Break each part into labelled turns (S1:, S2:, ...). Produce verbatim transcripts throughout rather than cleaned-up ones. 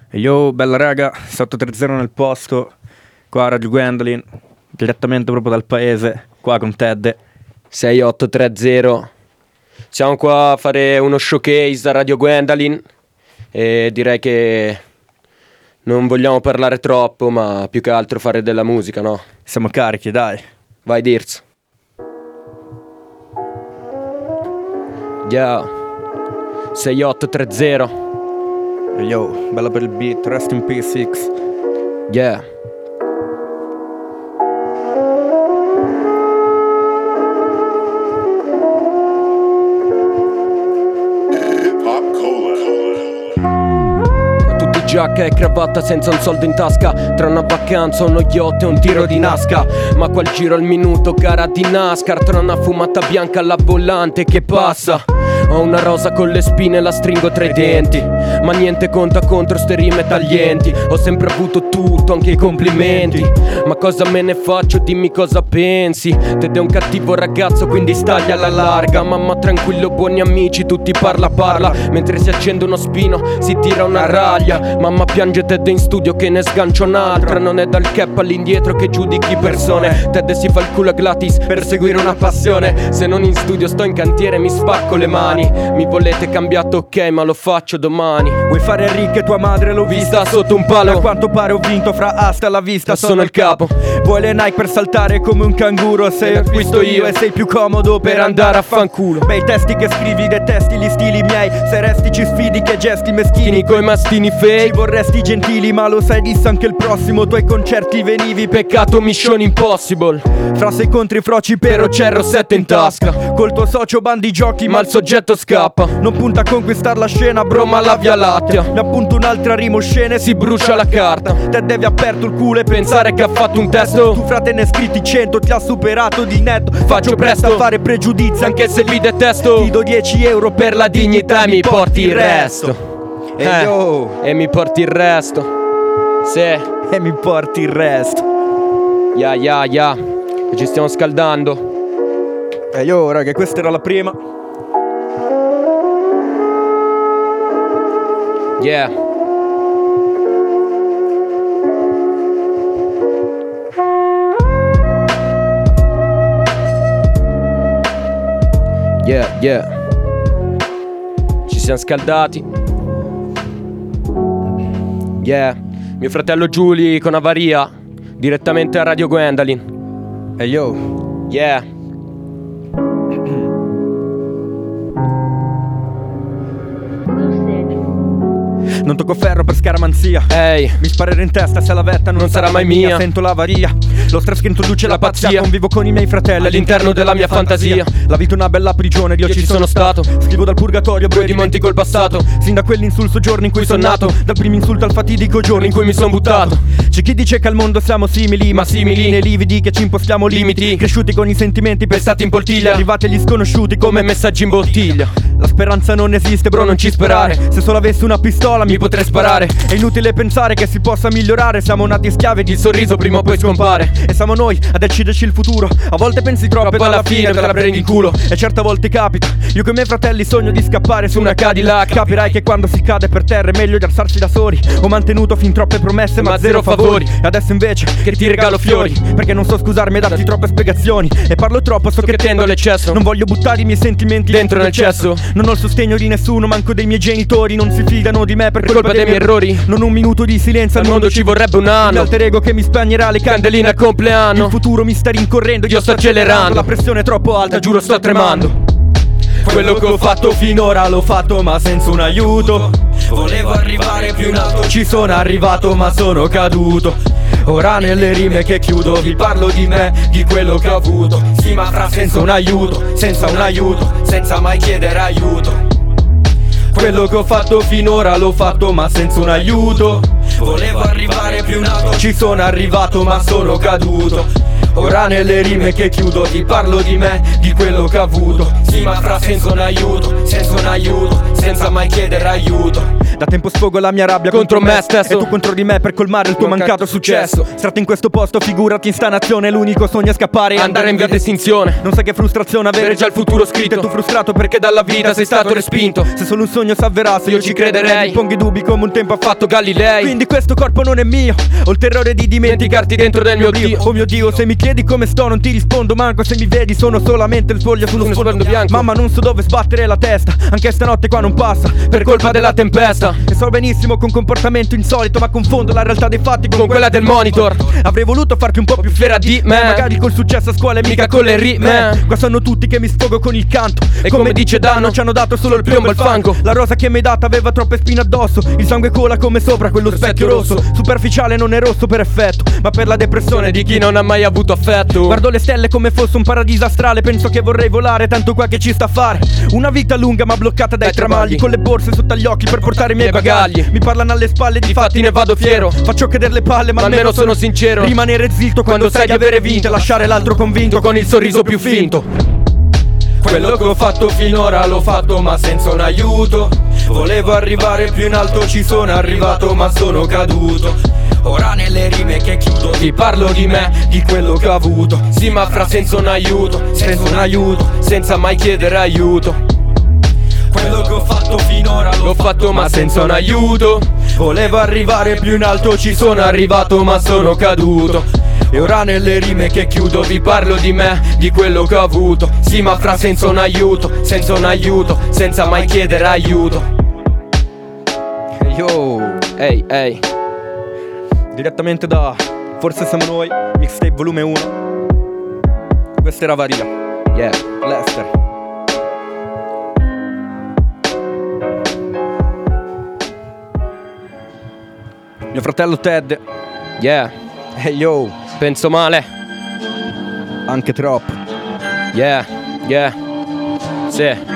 S1: Yo, bella raga, sotto tre zero nel posto, qua a Radio Gwendolyn, direttamente proprio dal paese, qua con Ted.
S2: sei otto tre zero. Siamo qua a fare uno showcase a Radio Gwendolyn e direi che non vogliamo parlare troppo, ma più che altro fare della musica, no?
S1: Siamo carichi, dai.
S2: Vai Dirz. Yeah. sei otto tre zero.
S1: Yo, bella per il beat, rest in peace X.
S2: Yeah. Tutti giacca e cravatta senza un soldo in tasca, tra una vacanza, uno yacht e un tiro di Nasca. Ma qual giro al minuto, gara di NASCAR, tra una fumata bianca alla volante che passa. Ho una rosa con le spine, la stringo tra i denti, ma niente conta contro ste rime taglienti. Ho sempre avuto tutto, anche i complimenti, ma cosa me ne faccio, dimmi cosa pensi. Ted è un cattivo ragazzo, quindi staglia alla larga. Mamma tranquillo, buoni amici, tutti parla parla. Mentre si accende uno spino, si tira una raglia. Mamma piange Ted in studio che ne sgancia un'altra. Non è dal cap all'indietro che giudichi persone. Ted si fa il culo a gratis per seguire una passione. Se non in studio sto in cantiere mi spacco le mani. Mi volete cambiato, ok, ma lo faccio domani.
S1: Vuoi fare ricca e tua madre l'ho vista
S2: sotto un palo.
S1: A quanto pare ho vinto fra asta alla vista,
S2: sono, sono il capo.
S1: Vuoi le Nike per saltare come un canguro, se acquisto io e sei più comodo per andare a fanculo. Bei testi che scrivi, detesti gli stili miei. Se resti ci sfidi che gesti meschini
S2: coi mastini fake.
S1: Ci vorresti gentili ma lo sai disse anche il prossimo. Tuoi concerti venivi,
S2: peccato Mission Impossible.
S1: Fra sei contri froci però
S2: c'è il rossetto in tasca.
S1: Col tuo socio bandi giochi
S2: ma il soggetto scappa.
S1: Non punta a conquistar la scena,
S2: bro, ma la Via Lattea.
S1: Mi appunto un'altra rima oscena e
S2: si brucia la carta.
S1: Te devi aperto il culo e
S2: pensare che ha fatto un testo.
S1: Tu frate ne scritti cento, ti ha superato di netto.
S2: Faccio presto
S1: a fare pregiudizi
S2: anche se vi detesto.
S1: Ti do dieci euro
S2: per la dignità e mi porti il resto.
S1: E eh, yo.
S2: E mi porti il resto. Sì.
S1: E mi porti il resto.
S2: Ya ya ya. Ci stiamo scaldando.
S1: E yo raga, questa era la prima.
S2: Yeah. Yeah, yeah. Ci siamo scaldati. Yeah. Mio fratello Giuli con Avaria, direttamente a Radio Gwendolyn.
S1: E yo.
S2: Yeah.
S1: Non tocco ferro per scaramanzia.
S2: Ehi, hey.
S1: Mi sparerò in testa se la vetta non,
S2: non sarà mai
S1: mia.
S2: mia.
S1: Sento l'avaria, lo stress che introduce la, la pazzia. pazzia. Convivo con i miei fratelli
S2: all'interno della mia fantasia.
S1: La vita è una bella prigione, io, io ci sono stato. Scrivo dal purgatorio,
S2: poi dimentico il passato.
S1: Sin da quell'insulso giorno in cui sono nato, dal primo insulto al fatidico giorno in cui mi sono buttato. C'è chi dice che al mondo siamo simili, ma simili nei lividi che ci impostiamo limiti. Cresciuti con i sentimenti pestati in poltiglia, arrivati agli sconosciuti come messaggi in bottiglia. La speranza non esiste, bro, non ci sperare. Se solo avessi una pistola mi potrei sparare. È inutile pensare che si possa migliorare. Siamo nati schiavi, il sorriso prima o poi scompare. E siamo noi a deciderci il futuro. A volte pensi troppo e alla fine te la prendi in culo. E certe volte capita, io con i miei fratelli sogno di scappare su una Cadillac. Capirai che quando si cade per terra è meglio di alzarsi da soli. Ho mantenuto fin troppe promesse ma, ma zero favori. E adesso invece che ti regalo fiori, perché non so scusarmi e darti troppe spiegazioni. E parlo troppo, so che tendo all'eccesso. Non voglio buttare i miei sentimenti
S2: dentro nel cesso.
S1: Non ho il sostegno di nessuno, manco dei miei genitori. Non si fidano di me per,
S2: per colpa dei miei errori.
S1: Non un minuto di silenzio,
S2: al mondo ci vorrebbe un anno.
S1: Un alter ego che mi spegnerà le
S2: candeline al compleanno.
S1: Il futuro mi sta rincorrendo, io sto accelerando. La pressione è troppo alta, giuro sto tremando. Quello che ho fatto finora l'ho fatto ma senza un aiuto. Volevo arrivare più in alto, ci sono arrivato ma sono caduto. Ora nelle rime che chiudo vi parlo di me, di quello che ho avuto. Sì ma fra senza un aiuto, senza un aiuto, senza mai chiedere aiuto. Quello che ho fatto finora l'ho fatto ma senza un aiuto. Volevo arrivare più in alto, ci sono arrivato ma sono caduto. Ora nelle rime che chiudo ti parlo di me, di quello che ho avuto. Sì ma fra senza un aiuto, senza un aiuto, senza mai chiedere aiuto. Da tempo sfogo la mia rabbia
S2: contro,
S1: contro
S2: me stesso,
S1: e tu contro di me per colmare il tuo mancato, mancato successo. Strato in questo posto, figurati in sta nazione. L'unico sogno è scappare e
S2: andare in via d'estinzione.
S1: Non sai che frustrazione avere già il futuro scritto. E tu frustrato perché dalla vita sei stato respinto. Se solo un sogno s'avverasse io ci crederei. Mi pongo i dubbi come un tempo ha fatto Galilei. Quindi questo corpo non è mio, ho il terrore di dimenticarti dentro del mio Dio. Oh mio Dio, se mi chiedi come sto non ti rispondo manco. Se mi vedi sono solamente il foglio sullo sfondo bianco. Mamma non so dove sbattere la testa, anche stanotte qua non passa per colpa della tempesta. E so benissimo con comportamento insolito, ma confondo la realtà dei fatti con, con quella del monitor. Avrei voluto farti un po' più fiera di me, magari col successo a scuola e mica con le rime. Qua sanno tutti che mi sfogo con il canto. E come, come dice Danno ci hanno dato solo il piombo e il fango. La rosa che mi hai data aveva troppe spine addosso. Il sangue cola come sopra quello specchio rosso. Superficiale non è rosso per effetto, ma per la depressione di chi non ha mai avuto affetto. Guardo le stelle come fosse un paradiso astrale. Penso che vorrei volare, tanto qua che ci sta a fare. Una vita lunga ma bloccata dai, dai tramagli, con le borse sotto agli occhi per portare i miei bagagli. Mi parlano alle spalle, di fatti ne vado fiero. Faccio cadere le palle ma, ma almeno sono sincero. Rimanere zitto quando, quando sai di avere vinto e lasciare l'altro convinto con il sorriso più finto. Quello che ho fatto finora l'ho fatto ma senza un aiuto. Volevo arrivare più in alto, ci sono arrivato ma sono caduto. Ora nelle rime che chiudo ti parlo di me, di quello che ho avuto. Sì ma fra senza un aiuto, senza un aiuto, senza mai chiedere aiuto. Quello che ho fatto finora l'ho fatto ma senza un aiuto. Volevo arrivare più in alto, ci sono arrivato ma sono caduto. E ora nelle rime che chiudo vi parlo di me, di quello che ho avuto. Sì ma fra senza un aiuto, senza un aiuto, senza mai chiedere aiuto. Hey yo, ehi ehi, direttamente da Forse Siamo Noi, mixtape volume uno. Questa era Varia. Yeah, Lester. Mio fratello Ted. Yeah. Hey yo. Penso male. Anche troppo. Yeah, yeah. Sì.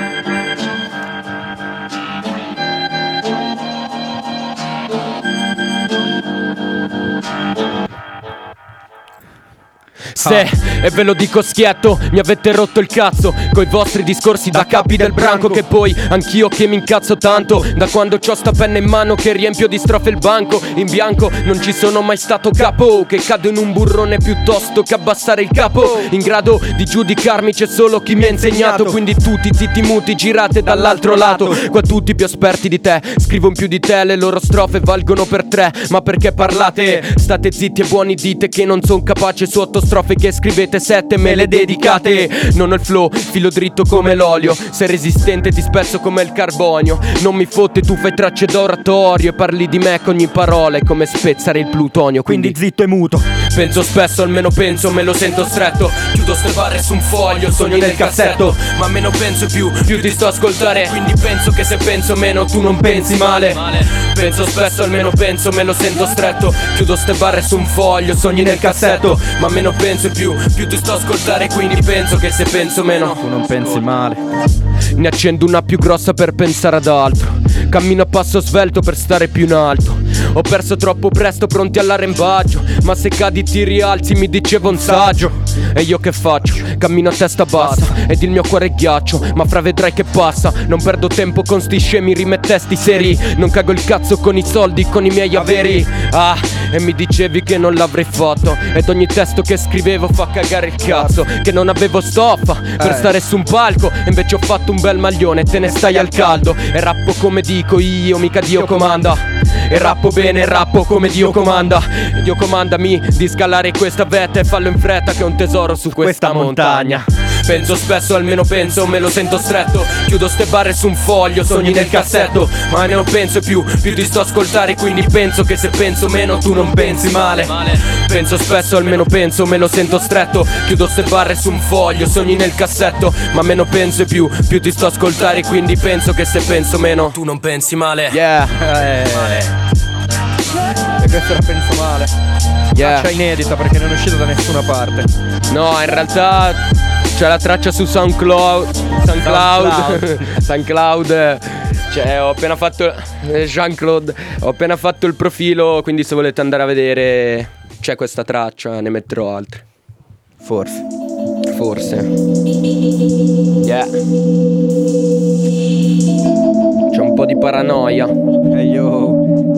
S1: Se, e ve lo dico schietto, mi avete rotto il cazzo coi vostri discorsi da capi del branco. Che poi anch'io che mi incazzo tanto da quando c'ho sta penna in mano che riempio di strofe il banco. In bianco non ci sono mai stato capo che cado in un burrone piuttosto che abbassare il capo. In grado di giudicarmi c'è solo chi mi ha insegnato. Quindi tutti zitti muti girate dall'altro lato. Qua tutti più esperti di te, scrivo in più di te, le loro strofe valgono per tre. Ma perché parlate? State zitti e buoni dite che non son capace su otto strofe che scrivete, sette me le dedicate. Non ho il flow, filo dritto come l'olio. Sei resistente ti spezzo come il carbonio. Non mi fotte, tu fai tracce d'oratorio e parli di me con ogni parola, è come spezzare il plutonio. Quindi, Quindi zitto e muto. Penso spesso, almeno penso, me lo sento stretto. Chiudo ste barre su un foglio, sogno nel cassetto. Ma meno penso più, più ti sto a ascoltare. Quindi penso che se penso meno tu non pensi male. Penso spesso, almeno penso, me lo sento stretto. Chiudo ste barre su un foglio, sogni nel cassetto. Ma meno penso più, più ti sto a ascoltare. Quindi penso che se penso meno tu non pensi male. Ne accendo una più grossa per pensare ad altro. Cammino a passo svelto per stare più in alto. Ho perso troppo presto, pronti all'arrembaggio. Ma se cadi ti rialzi, mi diceva un saggio. E io che faccio? Cammino a testa bassa ed il mio cuore è ghiaccio. Ma fra vedrai che passa. Non perdo tempo con sti scemi, rimettesti seri. Non cago il cazzo con i soldi, con i miei averi. Ah, e mi dicevi che non l'avrei fatto. Ed ogni testo che scrivevo fa cagare il cazzo. Che non avevo stoffa per eh. stare su un palco. E invece ho fatto un bel maglione, te ne stai al caldo. E rappo come dico io, mica Dio comanda. E rappo bene, rappo come Dio comanda. E Dio comandami di scalare questa vetta e fallo in fretta che è un tesoro su questa, questa montagna. montagna Penso spesso, almeno penso, me lo sento stretto. Chiudo ste barre su un foglio, sogni nel cassetto. Ma ne non penso più, più ti sto a ascoltare. Quindi penso che se penso meno tu non pensi male. Penso spesso, almeno penso, me lo sento stretto. Chiudo ste barre su un foglio, sogni nel cassetto. Ma meno penso più, più ti sto a ascoltare. Quindi penso che se penso meno tu non pensi male. Yeah, eh. E questa era Penso Male. Yeah. Traccia inedita perché non è uscita da nessuna parte. No, in realtà c'è la traccia su SoundCloud. SoundCloud SoundCloud. Cioè ho appena fatto eh, Jean-Claude. Ho appena fatto il profilo. Quindi se volete andare a vedere c'è questa traccia, ne metterò altre. Forse Forse Yeah. C'è un
S2: un po' di paranoia.
S1: Hey yo.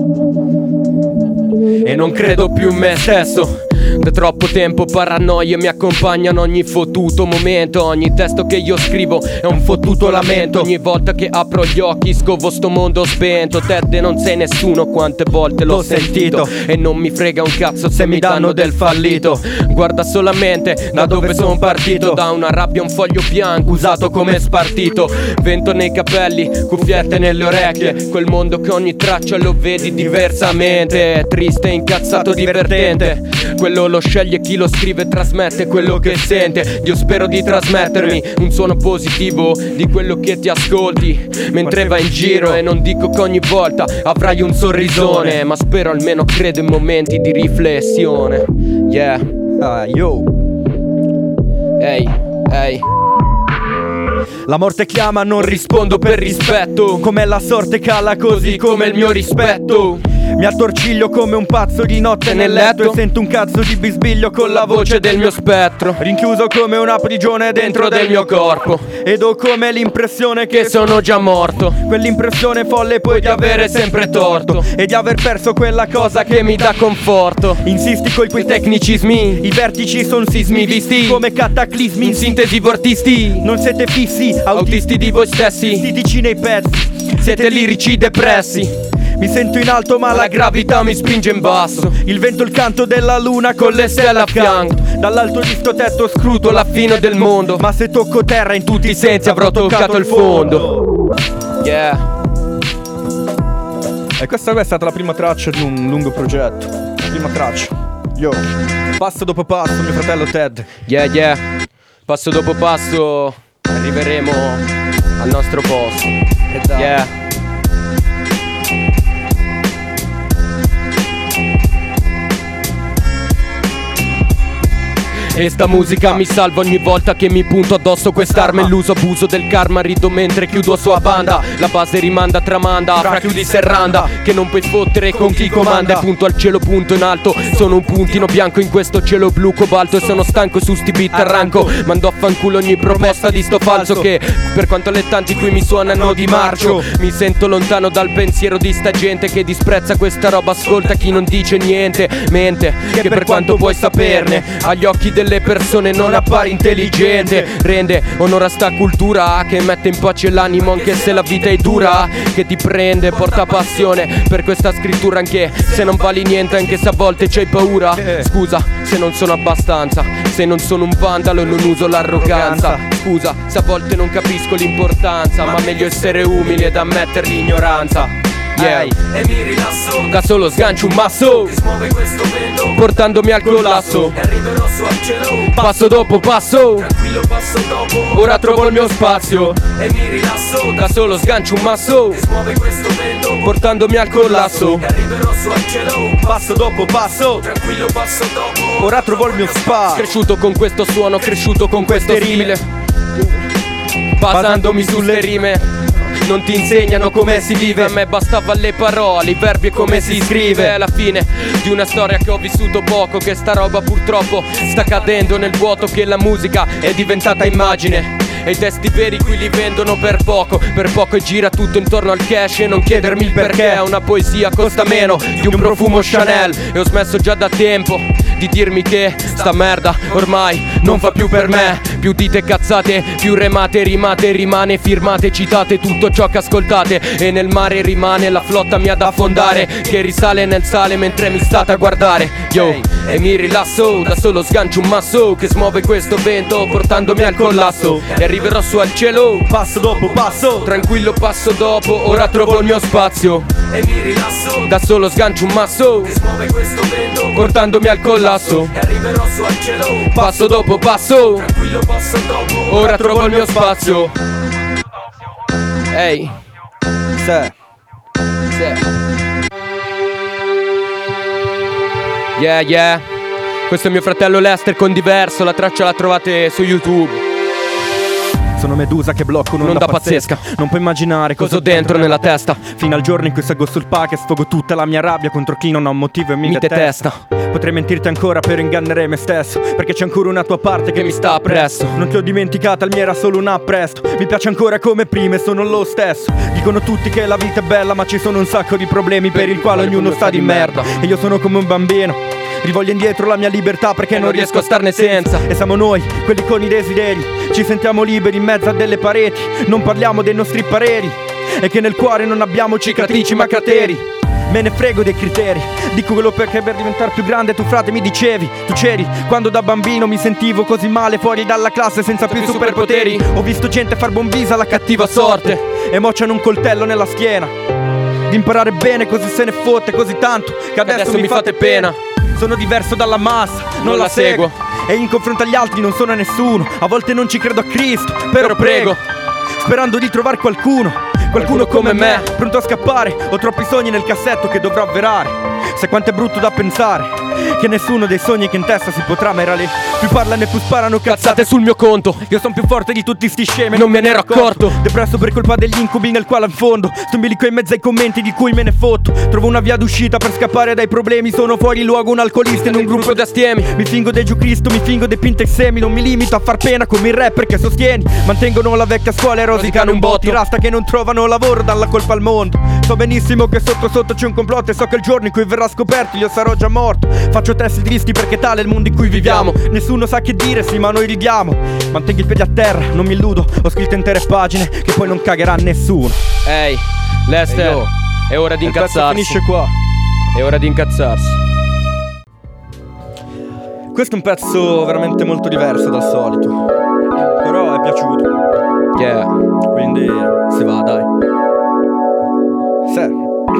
S2: E non credo più in me stesso. Da troppo tempo paranoie mi accompagnano ogni fottuto momento. Ogni testo che io scrivo è un fottuto lamento. Ogni volta che apro gli occhi scovo sto mondo spento. Ted non sei nessuno, quante volte l'ho, l'ho sentito. sentito E non mi frega un cazzo se, se mi danno del fallito. Guarda solamente da dove son partito. Da una rabbia un foglio bianco usato come spartito. Vento nei capelli, cuffiette nelle orecchie. Quel mondo che ogni traccia lo vedi diversamente. Triste, incazzato, divertente. Quello lo sceglie chi lo scrive e trasmette quello che sente. Io spero di trasmettermi un suono positivo di quello che ti ascolti mentre vai in giro. E non dico che ogni volta avrai un sorrisone, ma spero almeno credo in momenti di riflessione. Yeah.
S1: Ah, yo.
S2: Ehi, ehi.
S1: La morte chiama, non
S2: rispondo per rispetto.
S1: Come la sorte cala, così come il mio rispetto. Mi attorciglio come un pazzo di notte nel letto e sento un cazzo di bisbiglio con la voce del mio spettro. Rinchiuso come una prigione dentro del mio corpo. Ed ho come l'impressione che
S2: sono già morto.
S1: Quell'impressione folle poi di avere sempre torto e di aver perso quella cosa che mi dà conforto. Insisti coi tuoi tecnicismi, i vertici son sismi visti come cataclismi.
S2: In sintesi vortisti,
S1: non siete fissi,
S2: autisti di voi stessi,
S1: stitici nei pezzi,
S2: siete lirici depressi.
S1: Mi sento in alto ma
S2: la gravità mi spinge in basso.
S1: Il vento, il canto della luna con le stelle a fianco. Dall'alto di sto tetto scruto la fine del mondo. Ma se tocco terra in tutti i sensi avrò toccato il fondo.
S2: Yeah.
S1: E questa è stata la prima traccia di un lungo progetto. La prima traccia. Yo. Passo dopo passo, mio fratello Ted.
S2: Yeah, yeah. Passo dopo passo arriveremo al nostro posto. Yeah. E sta musica mi salva ogni volta che mi punto addosso quest'arma. L'uso abuso del karma, rido mentre chiudo a sua banda. La base rimanda, tramanda, fra chiudi serranda che non puoi fottere con chi comanda. E punto al cielo, punto in alto. Sono un puntino bianco in questo cielo blu cobalto. E sono stanco su sti beat arranco. Mando a fanculo ogni proposta di sto falso che per quanto allettanti qui mi suonano di marcio. Mi sento lontano dal pensiero di sta gente che disprezza questa roba. Ascolta chi non dice niente, mente che per quanto vuoi saperne agli occhi del le persone non appare intelligente. Rende onore a sta cultura che mette in pace l'animo anche se la vita è dura. Che ti prende, porta passione per questa scrittura anche se non vali niente, anche se a volte c'hai paura. Scusa se non sono abbastanza, se non sono un vandalo e non uso l'arroganza. Scusa se a volte non capisco l'importanza, ma meglio essere umili ed ammettere l'ignoranza. Yeah.
S3: E mi rilasso,
S2: da solo sgancio un masso
S3: che smuove questo vento,
S2: portandomi al collasso.
S3: E arriverò su al cielo,
S2: passo dopo passo,
S3: tranquillo passo dopo.
S2: Ora trovo il mio spazio.
S3: E mi rilasso,
S2: da solo sgancio un masso
S3: che smuove questo vento,
S2: portandomi al collasso.
S3: E arriverò su al cielo,
S1: passo dopo passo,
S3: tranquillo passo dopo.
S1: Ora trovo il mio spazio.
S2: Cresciuto con questo suono, cresciuto con questo stile, basandomi sulle rime. Non ti insegnano come si vive, a me bastava le parole, i verbi e come si scrive. È la fine di una storia che ho vissuto poco, che sta roba purtroppo sta cadendo nel vuoto, che la musica è diventata immagine e i testi veri qui li vendono per poco. Per poco e gira tutto intorno al cash e non chiedermi il perché. Una poesia costa meno di un profumo Chanel e ho smesso già da tempo di dirmi che sta merda ormai non fa più per me. Più dite cazzate, più remate, rimate, rimane, firmate, citate tutto ciò che ascoltate. E nel mare rimane la flotta mia da affondare, che risale nel sale mentre mi state a guardare. Yo, e mi rilasso, da solo sgancio un masso che smuove questo vento portandomi al collasso. E arriverò su al cielo,
S1: passo dopo passo,
S2: tranquillo passo dopo. Ora trovo il mio spazio.
S3: E mi rilasso,
S2: da solo sgancio un masso
S3: che smuove questo vento
S2: portandomi al collasso.
S3: E arriverò su al cielo,
S2: passo dopo passo,
S3: tranquillo passo dopo.
S2: Ora trovo il mio spazio. Ehi,
S1: Se
S2: se. Yeah, yeah. Questo è mio fratello Lester con Diverso. La traccia la trovate su YouTube.
S1: Sono Medusa che blocco un'onda
S2: Un'onda
S1: pazzesca.
S2: pazzesca.
S1: Non puoi immaginare
S2: Cosa ho dentro nella testa.
S1: Fino al giorno in cui salgo sul palco e sfogo tutta la mia rabbia contro chi non ha un motivo e mi,
S2: Mi
S1: detesta.
S2: detesta.
S1: Potrei mentirti ancora per ingannare me stesso, perché c'è ancora una tua parte che,
S2: Che mi sta appresso.
S1: Non ti ho dimenticata, il mio era solo un appresto. Mi piace ancora come prima e sono lo stesso. Dicono tutti che la vita è bella, ma ci sono un sacco di problemi per il quale ognuno sta di merda. E io sono come un bambino, rivoglio indietro la mia libertà perché non riesco a starne senza. E siamo noi, quelli con i desideri. Ci sentiamo liberi in mezzo a delle pareti. Non parliamo dei nostri pareri. E che nel cuore non abbiamo cicatrici ma crateri. Me ne frego dei criteri. Dico quello perché per diventare più grande tu frate mi dicevi. Tu c'eri quando da bambino mi sentivo così male fuori dalla classe senza più superpoteri. Ho visto gente far buon viso alla cattiva sorte e mo c'hanno un coltello nella schiena. Di imparare bene così se ne fotte così tanto che adesso,
S2: Adesso
S1: mi fate pena. Sono diverso dalla massa, non,
S2: Non
S1: la
S2: la
S1: seguo.
S2: seguo.
S1: E in confronto agli altri non sono nessuno. A volte non ci credo a Cristo, però prego, sperando di trovare qualcuno Qualcuno come me, pronto a scappare. Ho troppi sogni nel cassetto che dovrò avverare. Sai quanto è brutto da pensare che nessuno dei sogni che in testa si potrà ma era lì. Più parlano e più sparano cazzate.
S2: Cazzate sul mio conto.
S1: Io son più forte di tutti sti scemi,
S2: Non me ne ero accorto.
S1: Depresso per colpa degli incubi nel quale affondo. Sto in bilico in mezzo ai commenti di cui me ne fotto. Trovo una via d'uscita per scappare dai problemi. Sono fuori luogo un alcolista in un gruppo
S2: da stiemi.
S1: Mi fingo dei Giù Cristo, mi fingo dei Pintex semi. Non mi limito a far pena come i rapper che sostieni. Mantengono la vecchia scuola e rosicano un botto. I rasta che non trovano lavoro danno la colpa al mondo. So benissimo che sotto sotto c'è un complotto. E so che il giorno in cui verrà scoperto io sarò già morto. Faccio testi tristi perché tale è il mondo in cui viviamo. Nessuno sa che dire, sì ma noi ridiamo. Mantengo il piede a terra, non mi illudo. Ho scritto intere pagine che poi non cagherà nessuno.
S2: Ehi, Lester,
S1: Ehi, yo.
S2: è ora di
S1: Il pezzo
S2: incazzarsi.
S1: finisce qua.
S2: È ora di incazzarsi.
S1: Questo è un pezzo veramente molto diverso dal solito, però è piaciuto,
S2: Yeah.
S1: quindi si va, dai. Se.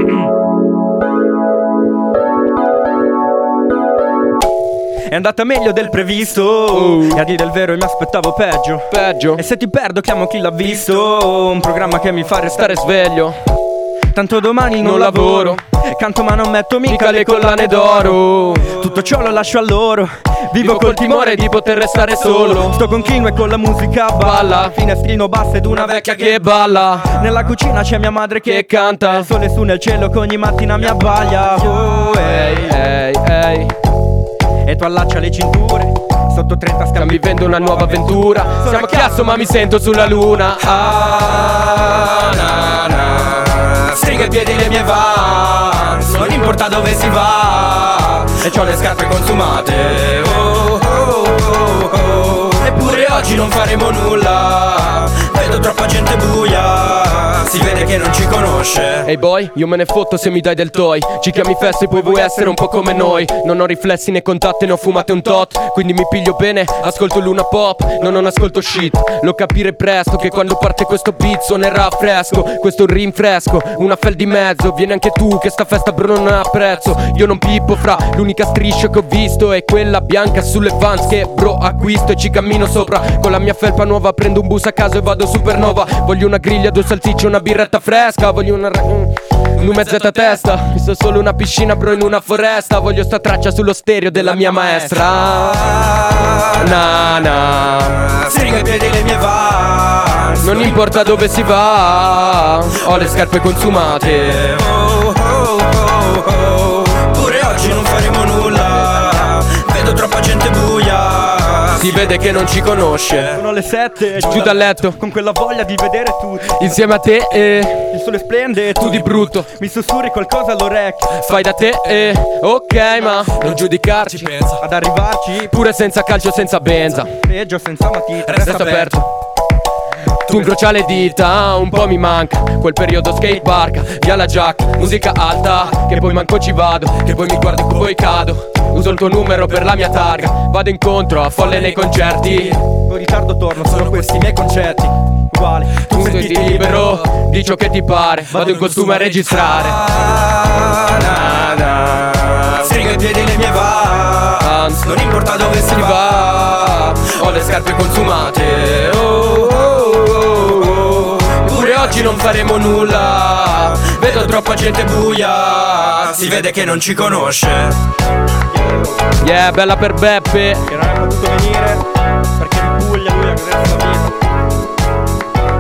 S1: È andata meglio del previsto,
S2: Oh.
S1: e a dire il vero mi aspettavo peggio.
S2: Peggio.
S1: E se ti perdo chiamo chi l'ha visto, un programma che mi fa restare
S2: Stare sveglio.
S1: tanto domani non,
S2: Non
S1: lavoro.
S2: lavoro.
S1: Canto ma non metto mica,
S2: Mica
S1: le
S2: le
S1: collane
S2: collane
S1: d'oro.
S2: d'oro.
S1: Tutto ciò lo lascio a loro. Vivo,
S2: Vivo col timore di poter restare solo.
S1: Sto con Kino e con la musica balla. Finestrino basso ed una vecchia che
S2: Che balla.
S1: nella cucina c'è mia madre che,
S2: Che canta.
S1: Il sole su nel cielo che ogni mattina mi abbaglia. Oh, ehi.
S2: Ehi, ehi.
S1: E tu allaccia le cinture. Sotto trenta
S2: Sta
S1: scambi
S2: vivendo una nuova avventura. Siamo a chiasso ma mi sento sulla luna.
S3: Ah, na, na. Striga i piedi le mie Vans, non importa dove si va. E c'ho le scarpe consumate. Oh, oh, oh, oh. Eppure oggi non faremo nulla. Vedo troppa gente buia. Si vede che non ci conosce.
S2: Ehi boy, io me ne fotto se mi dai del toy. Ci chiami festa e poi vuoi essere un po' come noi. Non ho riflessi né contatti, ne ho fumate un tot. Quindi mi piglio bene, ascolto Luna Pop. No, non ascolto shit. Lo capire presto che quando parte questo beat suonerà fresco. Questo è un rinfresco, una fel di mezzo. Vieni anche tu che sta festa bro non ha prezzo. Io non pippo fra, l'unica striscia che ho visto è quella bianca sulle Vans che bro acquisto e ci cammino sopra. Con la mia felpa nuova prendo un bus a caso e vado supernova. Voglio una griglia, due salsicce, una birretta fresca. Voglio una ra- un mezzetta testa. Mi sto solo una piscina bro in una foresta. Voglio sta traccia sullo stereo della mia maestra. Na na.
S3: Striga i piedi le mie Vans,
S2: Non importa dove si va, ho le scarpe consumate.
S3: Oh, oh, oh, oh. Pure oggi non faremo nulla. Vedo troppa gente buia.
S2: Si vede che non ci conosce.
S1: Sono le sette
S2: Giù dal letto,
S1: con quella voglia di vedere tutti.
S2: insieme a te e
S1: Il sole splende e
S2: tu di brutto.
S1: mi sussurri qualcosa all'orecchio.
S2: Fai da te e ok ma non giudicarci.
S1: Ad arrivarci
S2: Pure senza calcio, senza benza.
S1: peggio senza matita.
S3: Resta
S2: Resto aperto. Tu incrocia le dita, un po' mi manca quel periodo skate barca, via la giacca, musica alta, che poi manco ci vado, che poi mi guardo e poi cado. Uso il tuo numero per la mia targa, vado incontro a folle nei concerti.
S1: Con ritardo torno, sono questi i miei concetti. Uguali,
S2: Tu sentiti libero, di ciò che ti pare, vado in costume a registrare.
S3: Ah, na, na. Striga i piedi le mie Vans, non importa dove si
S2: Si
S3: va.
S2: va, ho le scarpe consumate. Oh, oh, oh, oh. Pure oggi non faremo nulla,
S3: Vedo troppa gente buia. Si vede che non ci conosce.
S2: yeah, bella per Beppe.
S1: che non è potuto venire perché in Puglia lui ha perso la vita.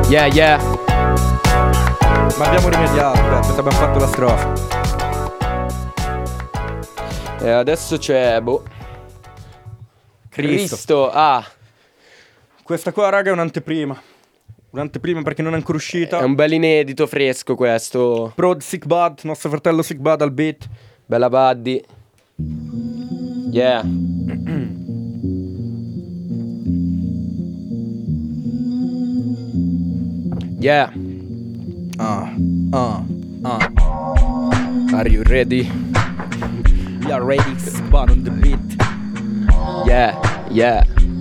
S2: Yeah, yeah.
S1: Ma abbiamo rimediato, aspetta, abbiamo fatto la strofa.
S2: E adesso c'è, boh,
S1: Cristo.
S2: Cristo. Ah,
S1: Questa qua, raga, è un'anteprima. Un'anteprima perché non è ancora uscita.
S2: è un bel inedito fresco questo.
S1: Prod Sick Bud, nostro fratello Sick Bud al beat.
S2: Bella buddy. Yeah. Yeah.
S1: Ah, ah, ah.
S2: Are you ready?
S1: We are ready, Sick Bud on the beat.
S2: Yeah, yeah.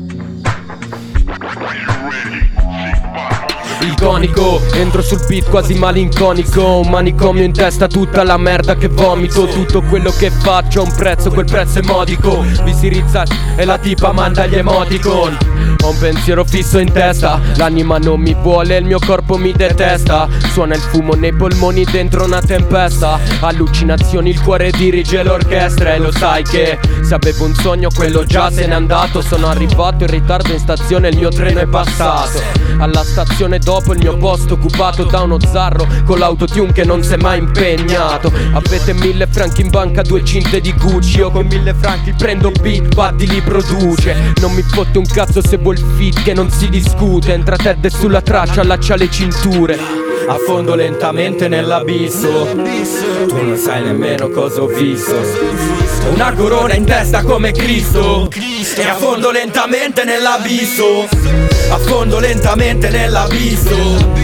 S2: Iconico, entro sul beat quasi malinconico. Un manicomio in testa, tutta la merda che vomito. Tutto quello che faccio ha un prezzo, quel prezzo è modico. Vi si rizza e la tipa manda gli emoticon. Ho un pensiero fisso in testa, l'anima non mi vuole, il mio corpo mi detesta. Suona il fumo nei polmoni dentro una tempesta. Allucinazioni, il cuore dirige l'orchestra. E lo sai che se avevo un sogno quello già se n'è andato. Sono arrivato in ritardo in stazione, il mio treno è passato. Alla stazione dopo il mio posto occupato da uno zarro con l'autotune che non si è mai impegnato. Avete mille franchi in banca, due cinte di Gucci. Io con mille franchi prendo beat, Buddy li produce. Non mi fotte un cazzo se vuoi il fit che non si discute. Entra Ted sulla traccia, allaccia le cinture.
S3: Affondo lentamente nell'abisso. Tu non sai nemmeno cosa ho visto. Una corona in testa come Cristo. E affondo lentamente nell'abisso. Affondo lentamente nell'abisso.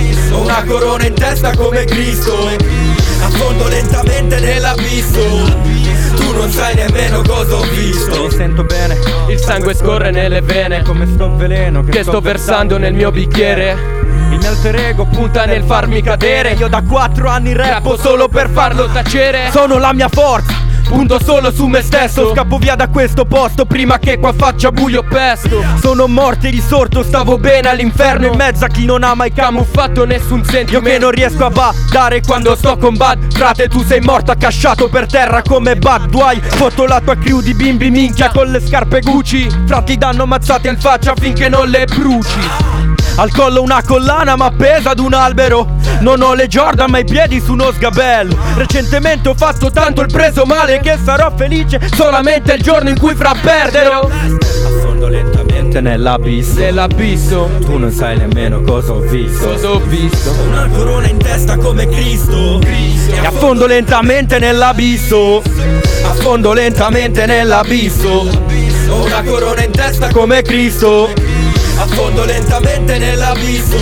S3: Una corona in testa come Cristo. Affondo lentamente nell'abisso. Tu non sai nemmeno cosa ho visto.
S1: Mi sento bene,
S2: Il sangue scorre nelle vene
S1: come sto veleno
S2: che sto versando nel mio bicchiere.
S1: Il mio alter ego
S2: Punta nel farmi cadere.
S1: Io da quattro anni rappo
S2: Rappo solo per farlo tacere.
S1: Sono la mia forza,
S2: Punto solo su me stesso.
S1: scappo via da questo posto
S2: Prima che qua faccia buio pesto.
S1: Sono morto e risorto, stavo bene all'inferno in mezzo a chi non ha mai
S2: Camuffato nessun
S1: Io che
S2: sentimento.
S1: non riesco a badare quando sto con Bad. Frate, tu sei morto accasciato per terra come Bad Duai. Foto la tua crew di bimbi minchia con le scarpe Gucci. Frati danno mazzate in faccia finché non le bruci. Al collo una collana ma appesa ad un albero. Non ho le Jordan ma i piedi su uno sgabello. Recentemente ho fatto tanto il preso male che sarò felice solamente il giorno in cui fra perderò.
S3: Affondo lentamente nell'abisso.
S2: Nell'abisso.
S3: Tu non sai nemmeno cosa ho visto.
S2: Cosa ho visto?
S3: Una corona in testa come Cristo.
S1: E affondo lentamente nell'abisso.
S3: Affondo lentamente nell'abisso. Una corona in testa come Cristo. Affondo lentamente nell'abisso.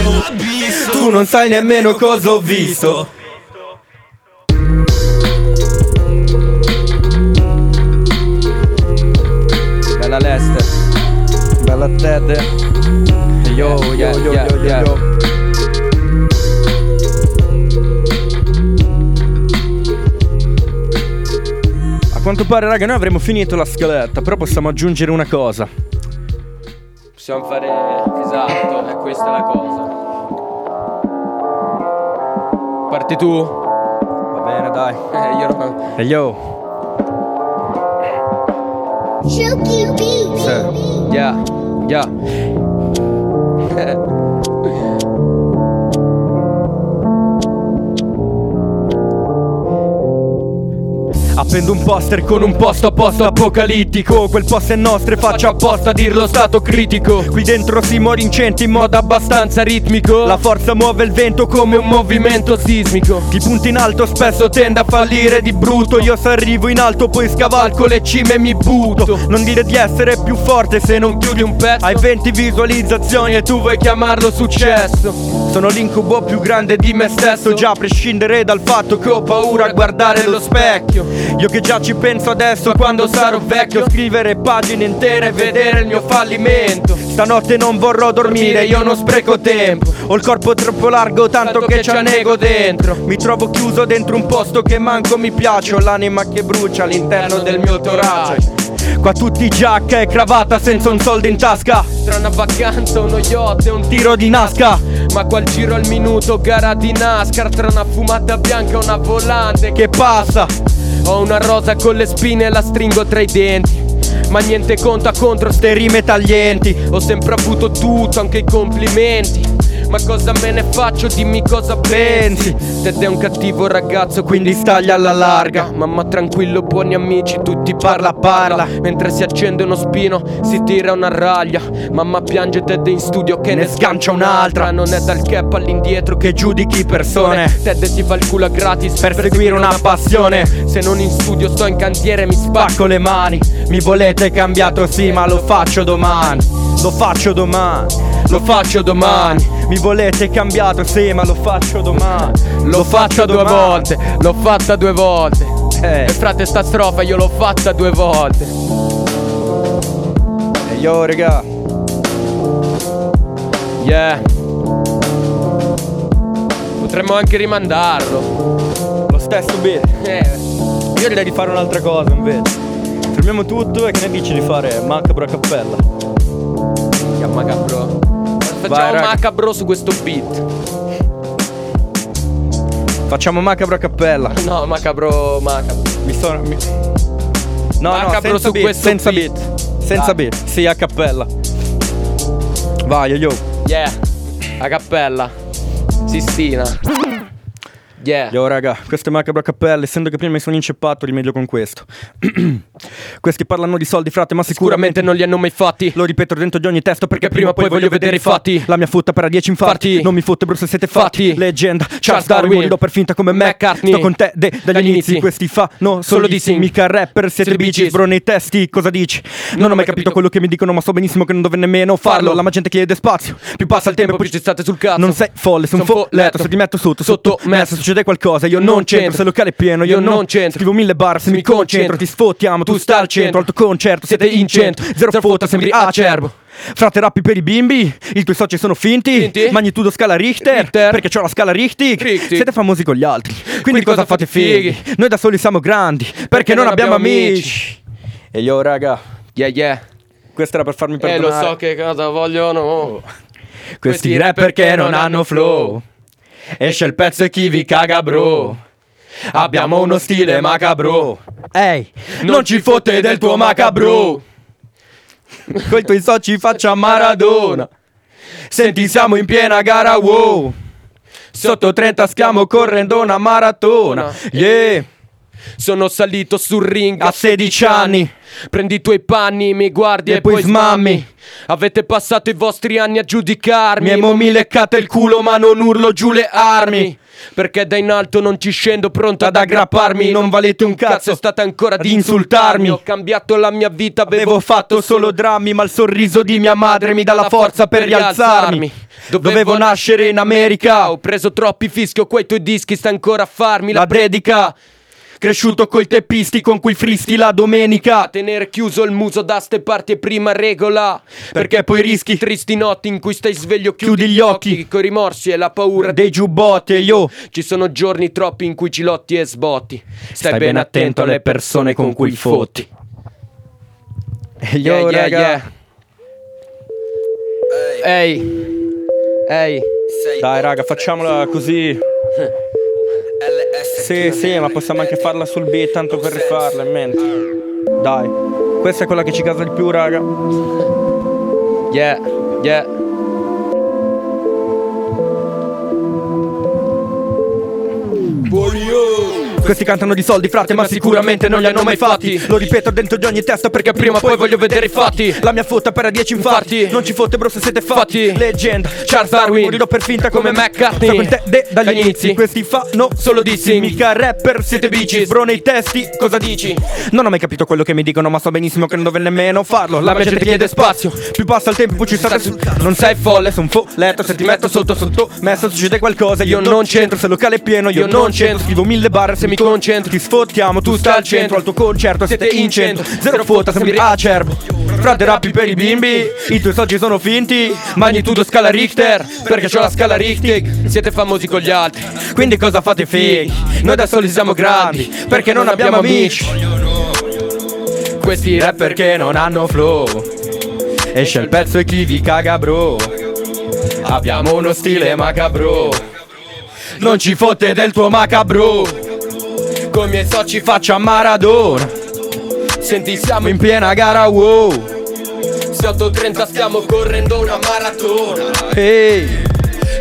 S3: Tu non sai nemmeno cosa ho visto.
S2: Bella Lester.
S1: Bella Ted. Yo, yo,
S2: Yeah,
S1: yo,
S2: yeah,
S1: yo, yo,
S2: yeah.
S1: yo. A quanto pare, raga, noi avremo finito la scaletta, però possiamo aggiungere una cosa.
S2: Possiamo fare. Esatto, è questa la cosa. Parti tu?
S1: Va bene, dai.
S2: Eh, io non.
S1: E yo.
S4: Chucky Beats.
S1: Sì.
S2: Yeah, yeah.
S1: Appendo un poster con un posto a posto apocalittico. Quel posto è nostro e faccio apposta a dirlo stato critico. Qui dentro si muore incenti in modo abbastanza ritmico. La forza muove il vento come un movimento sismico. Chi punta in alto spesso tende a fallire di brutto. Io se arrivo in alto poi scavalco le cime e mi butto. Non dire di essere più forte se non chiudi un pezzo. Hai venti visualizzazioni e tu vuoi chiamarlo successo. Sono l'incubo più grande di me stesso, già a prescindere dal fatto che ho paura a guardare lo specchio. Io che già ci penso adesso a quando sarò vecchio. Scrivere pagine intere e vedere il mio fallimento. Stanotte non vorrò dormire, io non spreco tempo. Ho il corpo troppo largo, tanto che ci annego dentro. Mi trovo chiuso dentro un posto che manco mi piace. Ho l'anima che brucia all'interno del mio torace. Qua tutti giacca e cravatta senza un soldo in tasca.
S2: Tra una vacanza, uno yacht e un
S1: Tiro di Nasca.
S2: Ma qual giro al minuto, gara di NASCAR. Tra una fumata bianca e una volante
S1: Che passa?
S2: Ho una rosa con le spine e la stringo tra i denti. Ma niente conta contro ste
S1: Ste rime taglienti.
S2: Ho sempre avuto tutto, anche i complimenti. Ma cosa me ne faccio, dimmi cosa pensi. Ted è un cattivo ragazzo, quindi stagli alla larga. Mamma tranquillo, buoni amici, tutti parla parla. Mentre si accende uno spino, si tira una raglia. Mamma piange, Ted è in studio che ne sgancia un'altra. Non è dal cap all'indietro che giudichi persone. Ted si fa il culo a gratis per seguire una passione. Se non in studio sto in cantiere mi spacco le mani.
S1: Mi volete cambiato sì, ma lo faccio domani. Lo faccio domani.
S2: Lo faccio domani.
S1: Mi volete cambiato sì, ma lo faccio domani.
S2: L'ho fatta due volte, l'ho fatta due volte.
S1: Eh.
S2: E frate sta strofa io l'ho fatta due volte.
S1: E yo raga,
S2: Yeah. Potremmo anche rimandarlo.
S1: lo stesso beat.
S2: Eh.
S1: Io direi di fare un'altra cosa invece. Fermiamo tutto e che ne dici di fare macabro a cappella?
S2: Yeah, macabro. Facciamo
S1: Vai, raga.
S2: macabro su questo beat.
S1: Facciamo macabro a cappella.
S2: No, macabro, macabro.
S1: Mi sono mi... No,
S2: Macabro
S1: no, senza
S2: su
S1: beat,
S2: questo
S1: senza
S2: beat.
S1: beat. Senza
S2: Dai.
S1: beat, sì, a cappella. Vai, yo yo.
S2: Yeah. A cappella. Sistina. Yeah.
S1: Yo raga, questo è macabro a cappella. Essendo che prima mi sono inceppato, rimedio con questo. Questi parlano di soldi frate, ma
S2: Sicuramente
S1: sicuramente
S2: non li hanno mai fatti.
S1: lo ripeto dentro di ogni testo perché
S2: Perché prima o poi voglio vedere i fatti.
S1: La mia futta per a dieci infarti.
S2: Farti.
S1: Non mi fotte bro se siete fatti.
S2: Fatti.
S1: Leggenda Charles
S2: Charles
S1: Darwin,
S2: Darwin.
S1: morirò per finta come
S2: McCartney.
S1: Sto con te de, dagli,
S2: Dagli
S1: inizi.
S2: inizi.
S1: Questi fa no
S2: Solo
S1: solo
S2: dissing.
S1: dissing. Mica rapper siete
S2: Siete
S1: bici
S2: bitches.
S1: bro nei testi. Cosa dici? Non ho mai capito quello che mi dicono, ma so benissimo che non dovrei nemmeno farlo. La gente chiede spazio. Più passa il tempo
S2: poi
S1: più
S2: ci state sul cazzo.
S1: non sei folle, sono
S2: Son
S1: folletto. Se ti metto sotto, sotto,
S2: Sotto,
S1: messo,
S2: messo.
S1: succede qualcosa, io non
S2: Non
S1: c'entro.
S2: c'entro.
S1: Se il locale è pieno, io
S2: Io
S1: non
S2: non c'entro.
S1: Scrivo mille bar, se mi
S2: Mi
S1: concentro,
S2: concentro.
S1: ti sfottiamo, tu stai al centro, alto concerto, siete in centro. Zero
S2: Zero
S1: foto, sembri acerbo. Frate rappi per i bimbi, i tuoi soci sono finti.
S2: Finti?
S1: Magnitudo scala Richter,
S2: Richter.
S1: perché c'ho la scala Richter.
S2: Richter.
S1: Siete famosi con gli altri, quindi,
S2: Quindi
S1: cosa
S2: cosa
S1: fate
S2: fate
S1: fighi?
S2: fighi?
S1: Noi da soli siamo grandi, perché, non abbiamo amici. E io raga,
S2: Yeah, yeah.
S1: questo era per farmi
S2: Eh,
S1: perdonare.
S2: lo so che cosa vogliono.
S1: Questi rapper che non hanno flow. Esce il pezzo e chi vi caga bro. Abbiamo uno stile macabro. Ehi, non ci fotte del tuo macabro. Coi tuoi soci faccia Maradona. Senti siamo in piena gara wow. Sotto trenta stiamo correndo una maratona. Yeah,
S2: Sono salito sul ring
S1: a sedici anni.
S2: Prendi i tuoi panni, mi guardi
S1: E
S2: e,
S1: poi
S2: poi
S1: smammi.
S2: smammi. Avete passato i vostri anni a giudicarmi.
S1: Mi mi leccate il culo ma non urlo giù le armi.
S2: Perché da in alto non ci scendo pronto ad
S1: Ad aggrapparmi, non valete un cazzo.
S2: È stata ancora
S1: ad
S2: di
S1: insultarmi.
S2: insultarmi. Ho cambiato la mia vita,
S1: Avevo fatto solo drammi, ma il sorriso di mia madre mi dà la forza per rialzarmi. Dovevo nascere in America.
S2: Ho preso troppi fischi, ho quei tuoi dischi, sta ancora a farmi
S1: La predica. Cresciuto coi teppisti con cui fristi la domenica.
S2: A tenere chiuso il muso da ste parti è prima regola.
S1: Perché poi rischi
S2: Tristi notti in cui stai sveglio, chiudi,
S1: Chiudi gli occhi.
S2: Coi rimorsi e la paura
S1: dei giubbotti e io.
S2: Ci sono giorni troppi in cui ci lotti e sbotti. Stai,
S1: Stai ben attento alle persone con cui fotti. E io
S2: Yeah, yeah,
S1: raga,
S2: yeah. Ehi. Ehi.
S1: dai raga, facciamola così. Sì, sì, ma possiamo anche farla sul beat, tanto per rifarla in mente. Dai, questa è quella che ci casa di più, raga.
S2: Yeah, yeah.
S1: Questi cantano di soldi, frate, ma sicuramente non li hanno mai fatti. Lo ripeto dentro di ogni testa perché prima o poi voglio vedere i fatti. La mia fotta per a dieci infarti. Non ci fotte bro se siete fatti.
S2: Fatti.
S1: Leggenda
S2: Charles Darwin.
S1: Morirò per finta come
S2: Come
S1: McCartney.
S2: McCartney.
S1: Sto con te de, dagli
S2: Dagli
S1: inizi.
S2: inizi.
S1: Questi fanno solo dissing. Mica rapper, siete bici. Bro nei testi, cosa dici? Non ho mai capito quello che mi dicono, ma so benissimo che non dovrei nemmeno farlo. La mia gente chiede spazio. Più passa il tempo, più ci state su. Non sei folle, son folletto. Se ti metto sotto sotto messo succede qualcosa. Io non c'entro, se il locale è pieno, io non c'entro. Scrivo mille bar se mi concentro. Ti sfottiamo, tu stai al centro. Al tuo concerto siete in centro. Zero foto, sembri acerbo. Frate rappi per i bimbi, i tuoi soci sono finti. Magnitudo scala Richter, perché c'ho la scala Richter.
S2: Siete famosi con gli altri.
S1: Quindi cosa fate fighi? Noi da soli siamo grandi, perché non abbiamo amici. Questi rapper che non hanno flow. Esce il pezzo e chi vi caga bro. Abbiamo uno stile macabro. Non ci fotte del tuo macabro. Con i miei soci faccio a Maradona. Senti siamo in piena gara wow.
S2: Sotto trenta stiamo correndo una maratona.
S1: Ehi,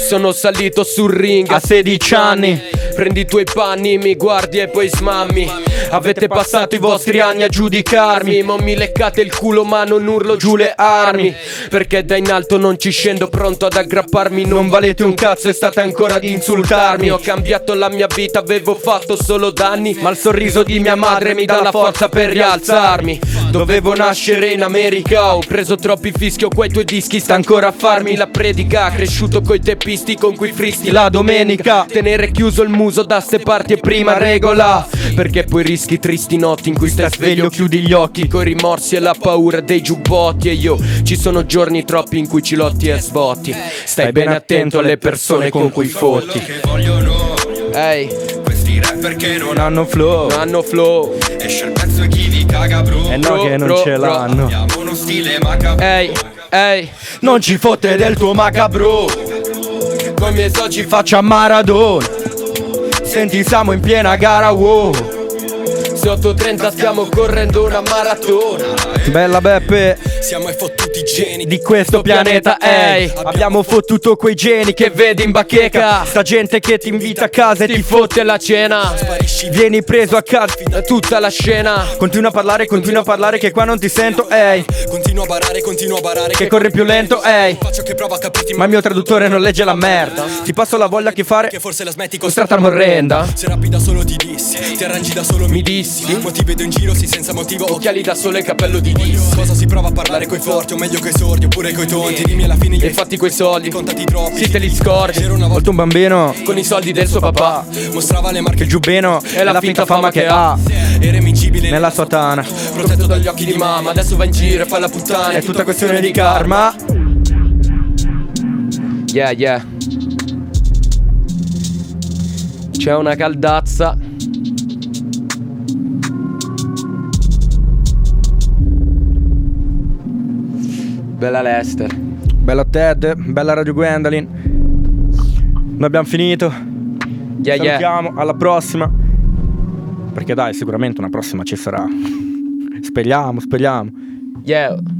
S2: sono salito sul ring
S1: a sedici anni.
S2: Prendi i tuoi panni, mi guardi e poi smammi. Avete passato i vostri anni a giudicarmi, ma mi leccate il culo ma non urlo giù le armi, perché da in alto non ci scendo pronto ad aggrapparmi. Non valete un cazzo e state ancora ad insultarmi. Ho cambiato la mia vita, avevo fatto solo danni, ma il sorriso di mia madre mi dà la forza per rialzarmi. Dovevo nascere in America, ho preso troppi fischi, ho quei tuoi dischi, sta ancora a farmi la predica. Cresciuto coi teppisti con cui fristi la domenica. Tenere chiuso il muso da ste parti è prima regola, perché poi rischi tristi notti in cui stai sveglio, chiudi gli occhi coi rimorsi e la paura dei giubbotti. E io, ci sono giorni troppi in cui ci lotti e sbotti. Stai bene attento alle persone con cui fotti. Ehi,
S3: questi rapper che non
S1: Non hanno flow.
S2: non hanno flow.
S3: esce il pezzo e chi vi caga bro.
S1: Eh no
S2: Bro,
S1: che non
S2: bro,
S1: ce
S2: bro.
S1: l'hanno.
S3: Abbiamo uno stile macabro.
S2: Ehi, ehi,
S1: Non ci fotte del tuo macabro,
S2: con i miei soci fa
S1: faccia Maradona. Senti siamo in piena gara, wow.
S2: sotto trenta stiamo correndo una maratona.
S1: Bella Beppe
S3: Siamo i fottuti geni
S1: di questo pianeta, ehi. Abbiamo fottuto quei geni che vedi in bacheca. Sta gente che ti invita a casa e
S2: Ti
S1: ti
S2: fotte la cena,
S1: vieni preso a casa.
S2: tutta la scena.
S1: Continua a parlare, continua a parlare che qua non ti sento, ehi.
S3: Continua a barare, continua a barare
S1: Che corri più lento, ehi.
S3: Faccio che prova a capirti
S1: Ma il mio traduttore non legge la merda. Ti passo la voglia che fare
S3: che forse la smetti
S1: con strata morrenda.
S3: Se rappi da solo ti dissi, ti arrangi da solo mi dissi. Motivi vedo in giro, sì senza motivo.
S2: Occhiali da sole e cappello di dissi.
S3: Cosa si prova a parlare coi forti, o meglio coi sordi, oppure coi tonti. Dimmi alla fine gli
S2: E infatti quei soldi,
S3: contati troppi.
S2: sì te li scordi.
S3: C'era una volta
S1: Volto un bambino
S2: Con i soldi del suo papà.
S3: mostrava le marche
S1: che il giubbeno è la finta fama che ha
S3: era invincibile
S1: nella sua tana.
S2: Protetto dagli occhi di mamma, adesso va in giro e fa la puttana.
S1: È tutta questione di karma.
S2: Yeah, yeah. C'è una caldazza. Bella Lester.
S1: Bella Ted, bella Radio Gwendolyn. Noi abbiamo finito.
S2: Yeah, yeah.
S1: Salutiamo, alla prossima. Perché dai, sicuramente una prossima ci sarà. Speriamo, speriamo.
S2: Yeah.